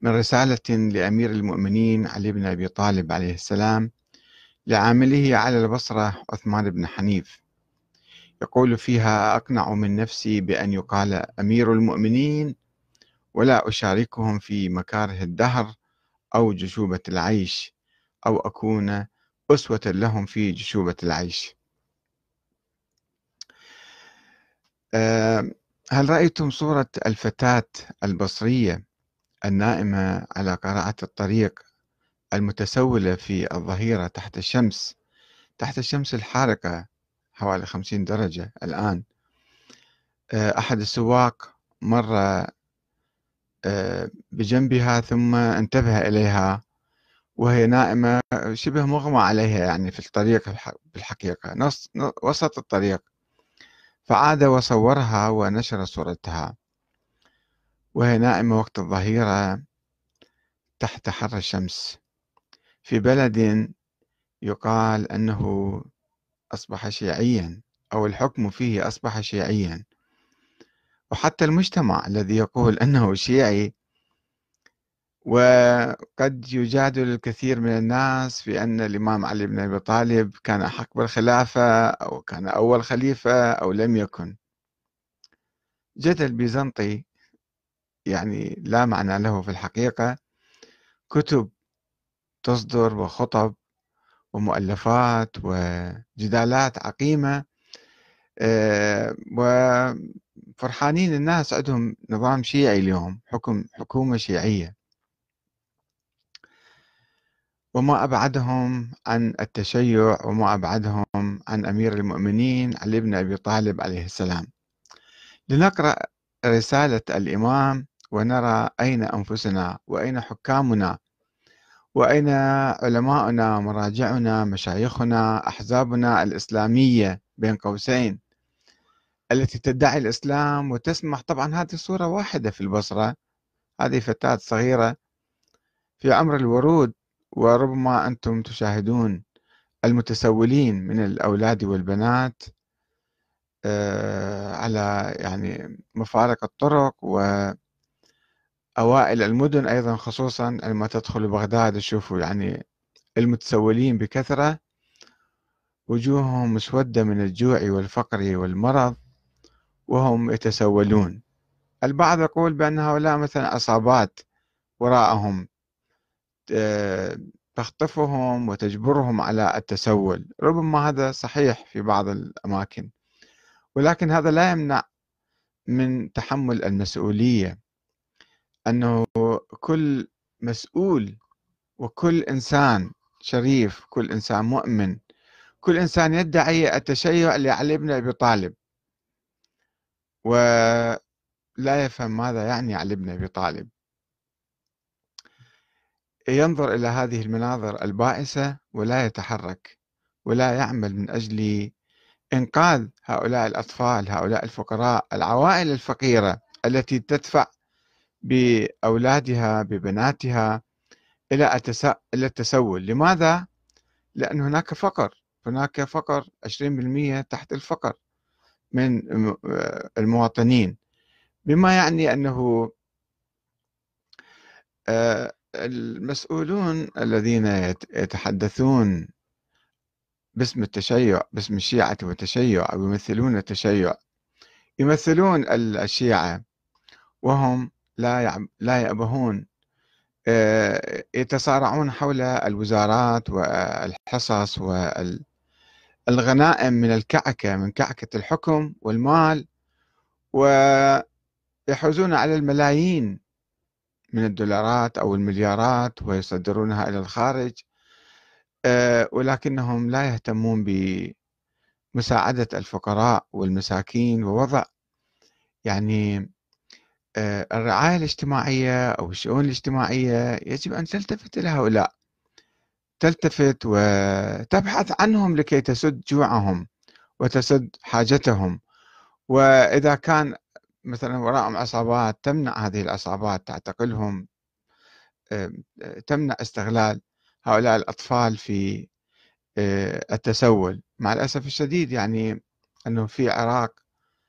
من رسالة لأمير المؤمنين علي بن أبي طالب عليه السلام لعامله على البصرة عثمان بن حنيف، يقول فيها: أقنع من نفسي بأن يقال أمير المؤمنين ولا أشاركهم في مكاره الدهر أو جشوبة العيش، أو أكون أسوة لهم في جشوبة العيش. هل رأيتم صورة الفتاة البصرية النائمة على قارعة الطريق المتسولة في الظهيرة تحت الشمس الحارقة حوالي 50 درجة الآن؟ أحد السواق مر بجنبها ثم انتبه إليها وهي نائمة شبه مغمى عليها، يعني في الطريق بالحقيقة وسط الطريق، فعاد وصورها ونشر صورتها وهي نائمة وقت الظهيرة تحت حر الشمس في بلد يقال أنه أصبح شيعيا، أو الحكم فيه أصبح شيعيا. وحتى المجتمع الذي يقول أنه شيعي، وقد يجادل الكثير من الناس في أن الإمام علي بن أبي طالب كان أحق بالخلافة أو كان أول خليفة أو لم يكن. جدل بيزنطي يعني لا معنى له في الحقيقة. كتب تصدر وخطب ومؤلفات وجدالات عقيمة، وفرحانين الناس عندهم نظام شيعي اليوم، حكومة شيعية. وما أبعدهم عن التشيع وما أبعدهم عن أمير المؤمنين علي بن أبي طالب عليه السلام. لنقرأ رسالة الإمام ونرى أين أنفسنا وأين حكامنا وأين علماؤنا مراجعنا مشايخنا أحزابنا الإسلامية بين قوسين التي تدعي الإسلام وتسمح. طبعا هذه صورة واحدة في البصرة، هذه فتاة صغيرة في عمر الورود، وربما أنتم تشاهدون المتسولين من الأولاد والبنات على يعني مفارق الطرق وأوائل المدن أيضا، خصوصا لما تدخل بغداد تشوفوا يعني المتسولين بكثرة، وجوههم مسودة من الجوع والفقر والمرض وهم يتسولون. البعض يقول بأن هؤلاء مثلا عصابات وراءهم تخطفهم وتجبرهم على التسول. ربما هذا صحيح في بعض الأماكن، ولكن هذا لا يمنع من تحمل المسؤولية. أنه كل مسؤول وكل إنسان شريف، كل إنسان مؤمن، كل إنسان يدعي التشيع لعلي بن أبي طالب ولا يفهم ماذا يعني علي بن أبي طالب، ينظر إلى هذه المناظر البائسة ولا يتحرك ولا يعمل من أجل إنقاذ هؤلاء الأطفال، هؤلاء الفقراء، العوائل الفقيرة التي تدفع بأولادها ببناتها إلى التسول. لماذا؟ لأن هناك فقر 20% تحت الفقر من المواطنين، بما يعني أنه المسؤولون الذين يتحدثون باسم التشيع، باسم الشيعة والتشيع، أو يمثلون التشيع، يمثلون الشيعة، وهم لا يأبهون يتصارعون حول الوزارات والحصص والغنائم من من كعكة الحكم والمال، ويحوزون على الملايين من الدولارات أو المليارات ويصدرونها إلى الخارج، ولكنهم لا يهتمون بمساعدة الفقراء والمساكين ووضع يعني الرعاية الاجتماعية أو الشؤون الاجتماعية. يجب أن تلتفت إلى هؤلاء، تلتفت وتبحث عنهم لكي تسد جوعهم وتسد حاجتهم. وإذا كان مثلا وراءهم عصابات، تمنع هذه العصابات، تعتقلهم، تمنع استغلال هؤلاء الأطفال في التسول. مع الأسف الشديد يعني أنه في عراق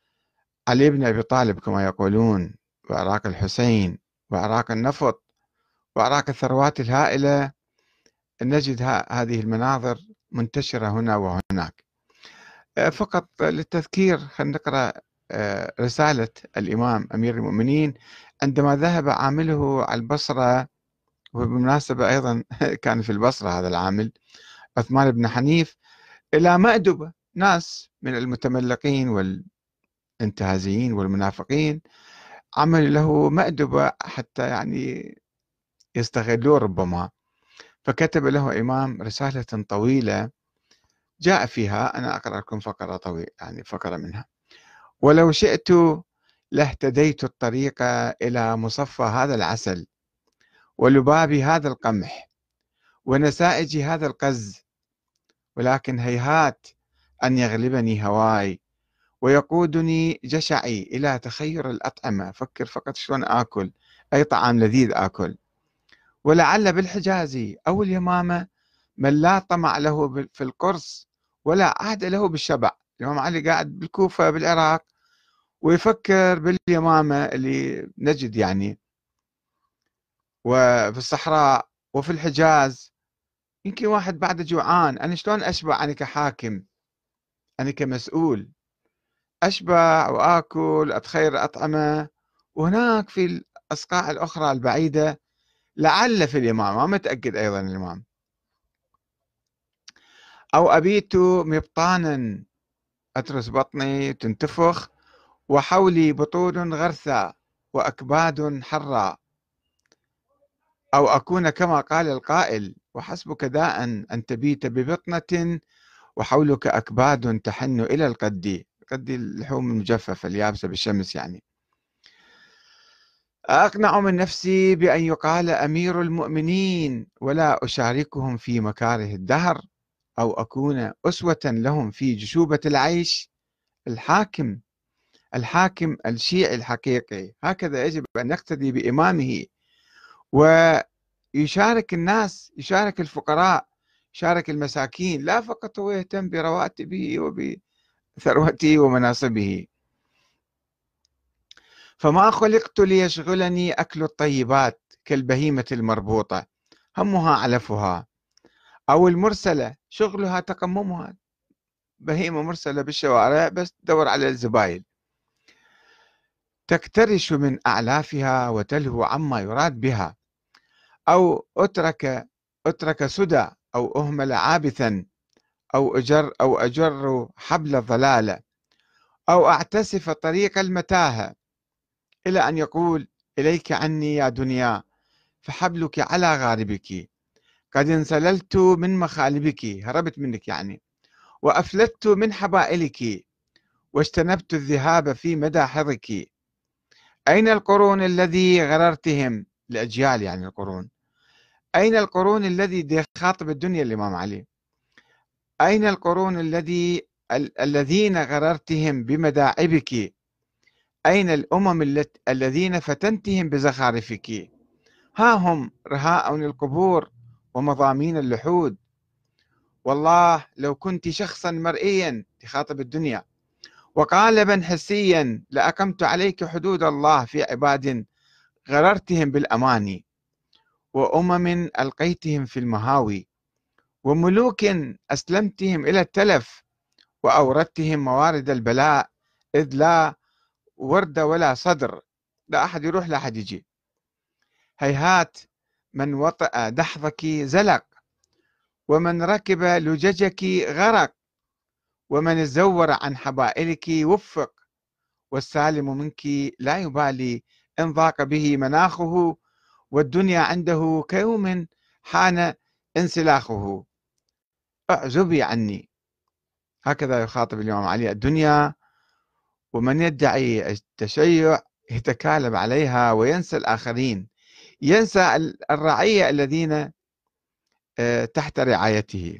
علي بن أبي طالب كما يقولون، وعراق الحسين، وعراق النفط، وأراك الثروات الهائلة، نجد هذه المناظر منتشرة هنا وهناك. فقط للتذكير خلينا نقرأ رسالة الإمام أمير المؤمنين عندما ذهب عامله على البصرة، وبالمناسبة أيضا كان في البصرة هذا العامل عثمان بن حنيف، إلى مأدبة ناس من المتملقين والانتهازيين والمنافقين، عملوا له مأدبة حتى يعني يستغلوه ربما. فكتب له إمام رسالة طويلة جاء فيها، أنا أقرأ لكم فقرة طويلة يعني فقرة منها: ولو شئت لاهتديت الطريق إلى مصفى هذا العسل، ولباب هذا القمح، ونسائج هذا القز، ولكن هيهات أن يغلبني هواي ويقودني جشعي إلى تخير الأطعمة. فكر فقط شلون آكل، أي طعام لذيذ آكل. ولعل بالحجاز أو اليمامة من لا طمع له في القرص ولا عهد له بالشبع. الإمام علي قاعد بالكوفة بالعراق ويفكر باليمامة اللي نجد يعني، وفي الصحراء وفي الحجاز. يمكن واحد بعد جوعان، أنا شلون أشبع؟ أنا كحاكم، أنا كمسؤول أشبع وآكل أتخير أطعمة، وهناك في الأصقاع الأخرى البعيدة لعل في الإمام، ما متأكد أيضا الإمام، أو أبيت مبطانا أترس بطني تنتفخ، وحولي بطون غرثى وأكباد حرى، أو أكون كما قال القائل: وحسبك داء أن تبيت ببطنة وحولك أكباد تحن إلى القد. قد اللحوم المجففة اليابسة بالشمس يعني. أقنع من نفسي بأن يقال أمير المؤمنين ولا أشاركهم في مكاره الدهر، أو أكون أسوة لهم في جشوبة العيش. الحاكم الشيعي الحقيقي هكذا يجب أن يقتدي بإمامه، ويشارك الناس، يشارك الفقراء، يشارك المساكين، لا فقط هو يهتم برواتبه وبثروته ومناصبه. فما خلقت ليشغلني أكل الطيبات كالبهيمة المربوطة همها علفها، أو المرسلة شغلها تقممها. بهيمة مرسلة بالشوارع بس تدور على الزباين، تكترش من أعلافها وتلهو عما يراد بها. أو أترك سدى، أو أهمل عابثا، أو أجر حبل الضلالة، أو أعتسف طريق المتاهة، إلى أن يقول: إليك عني يا دنيا فحبلك على غاربك، قد انسللت من مخالبك، هربت منك يعني، وأفلتت من حبائلك، واجتنبت الذهاب في مداحضك. أين القرون الذي غررتهم؟ الأجيال يعني القرون. أين القرون الذي خاطب الدنيا الإمام علي، أين القرون الذين غررتهم بمداعبك؟ أين الأمم الذين فتنتهم بزخارفك؟ ها هم رهاء القبور ومضامين اللحود. والله لو كنت شخصا مرئيا، تخاطب الدنيا، وقالبا حسيا، لأقمت عليك حدود الله في عباد غررتهم بالأماني، وأمم ألقيتهم في المهاوي، وملوك أسلمتهم إلى التلف، وأوردتهم موارد البلاء، إذ لا ورد ولا صدر، لا أحد يروح لا أحد يجي. هيهات من وطأ دحضك زلق، ومن ركب لججك غرق، ومن زور عن حبائلك وفق، والسالم منك لا يبالي إن ضاق به مناخه، والدنيا عنده كيوم حان انسلاخه. اعزبي عني. هكذا يخاطب الإمام علي الدنيا، ومن يدعي التشيع يتكالب عليها وينسى الآخرين، ينسى الرعية الذين تحت رعايته.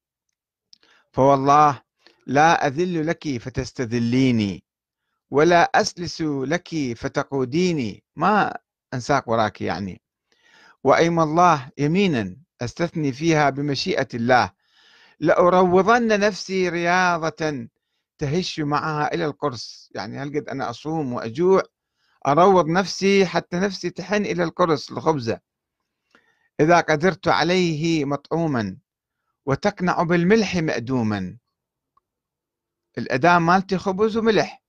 فوالله لا أذل لك فتستذليني، ولا أسلس لك فتقوديني، ما أنساق وراك يعني. وأيم الله يمينا أستثني فيها بمشيئة الله، لأروضن نفسي رياضة تهش معها إلى القرص. يعني هلقد أنا أصوم وأجوع، أروض نفسي حتى نفسي تحن إلى القرص الخبزة. إذا قدرت عليه مطعوما وتقنع بالملح مأدوما. الأداة مالتي خبز وملح،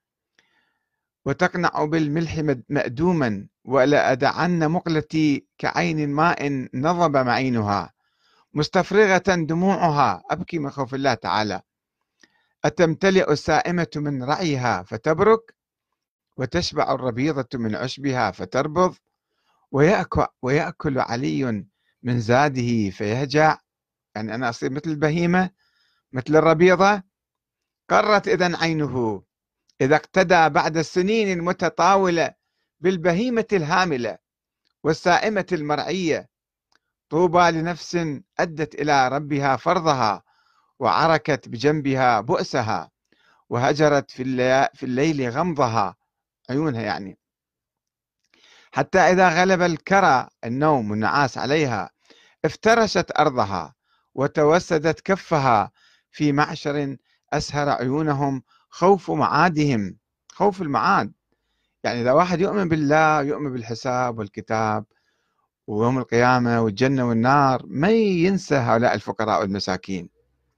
وتقنع بالملح مأدوما، ولا أدعن مقلتي كعين ماء نضب معينها مستفرغة دموعها، أبكي من خوف الله تعالى. أتمتلئ السائمة من رعيها فتبرك، وتشبع الربيضة من عشبها فتربض، ويأكل علي من زاده فيهجع. يعني أنا أصير مثل البهيمة، مثل الربيضة. قرت إذن عينه إذا اقتدى بعد السنين المتطاولة بالبهيمة الهاملة والسائمة المرعية. طوبى لنفس أدت إلى ربها فرضها، وعركت بجنبها بؤسها، وهجرت في الليل غمضها، عيونها يعني، حتى إذا غلب الكرى النوم والنعاس عليها افترشت أرضها، وتوسدت كفها في معشر أسهر عيونهم خوف معادهم. خوف المعاد، يعني إذا واحد يؤمن بالله، يؤمن بالحساب والكتاب ويوم القيامة والجنة والنار، ما ينسى هؤلاء الفقراء والمساكين.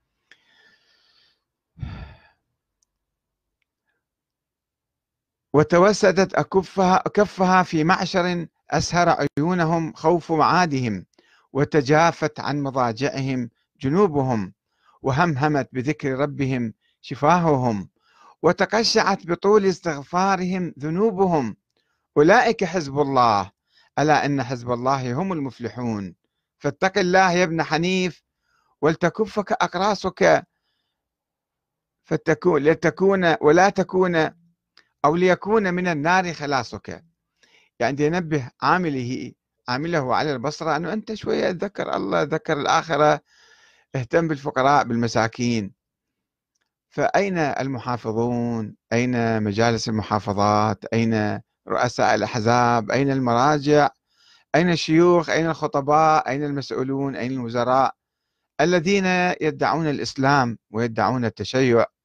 وتوسدت كفها في معشر أسهر عيونهم خوف معادهم، وتجافت عن مضاجعهم جنوبهم، وهمهمت بذكر ربهم شفاههم، وتقشعت بطول استغفارهم ذنوبهم. أولئك حزب الله، ألا إن حزب الله هم المفلحون. فاتق الله يا ابن حنيف، ولتكفك أقراصك، لتكون ولا تكون، أو ليكون من النار خلاصك. يعني ينبه عامله على البصرة أنه أنت شوية تذكر الله، تذكر الآخرة، اهتم بالفقراء بالمساكين. فأين المحافظون؟ أين مجالس المحافظات؟ أين رؤساء الأحزاب؟ أين المراجع؟ أين الشيوخ؟ أين الخطباء؟ أين المسؤولون؟ أين الوزراء الذين يدعون الإسلام ويدعون التشيع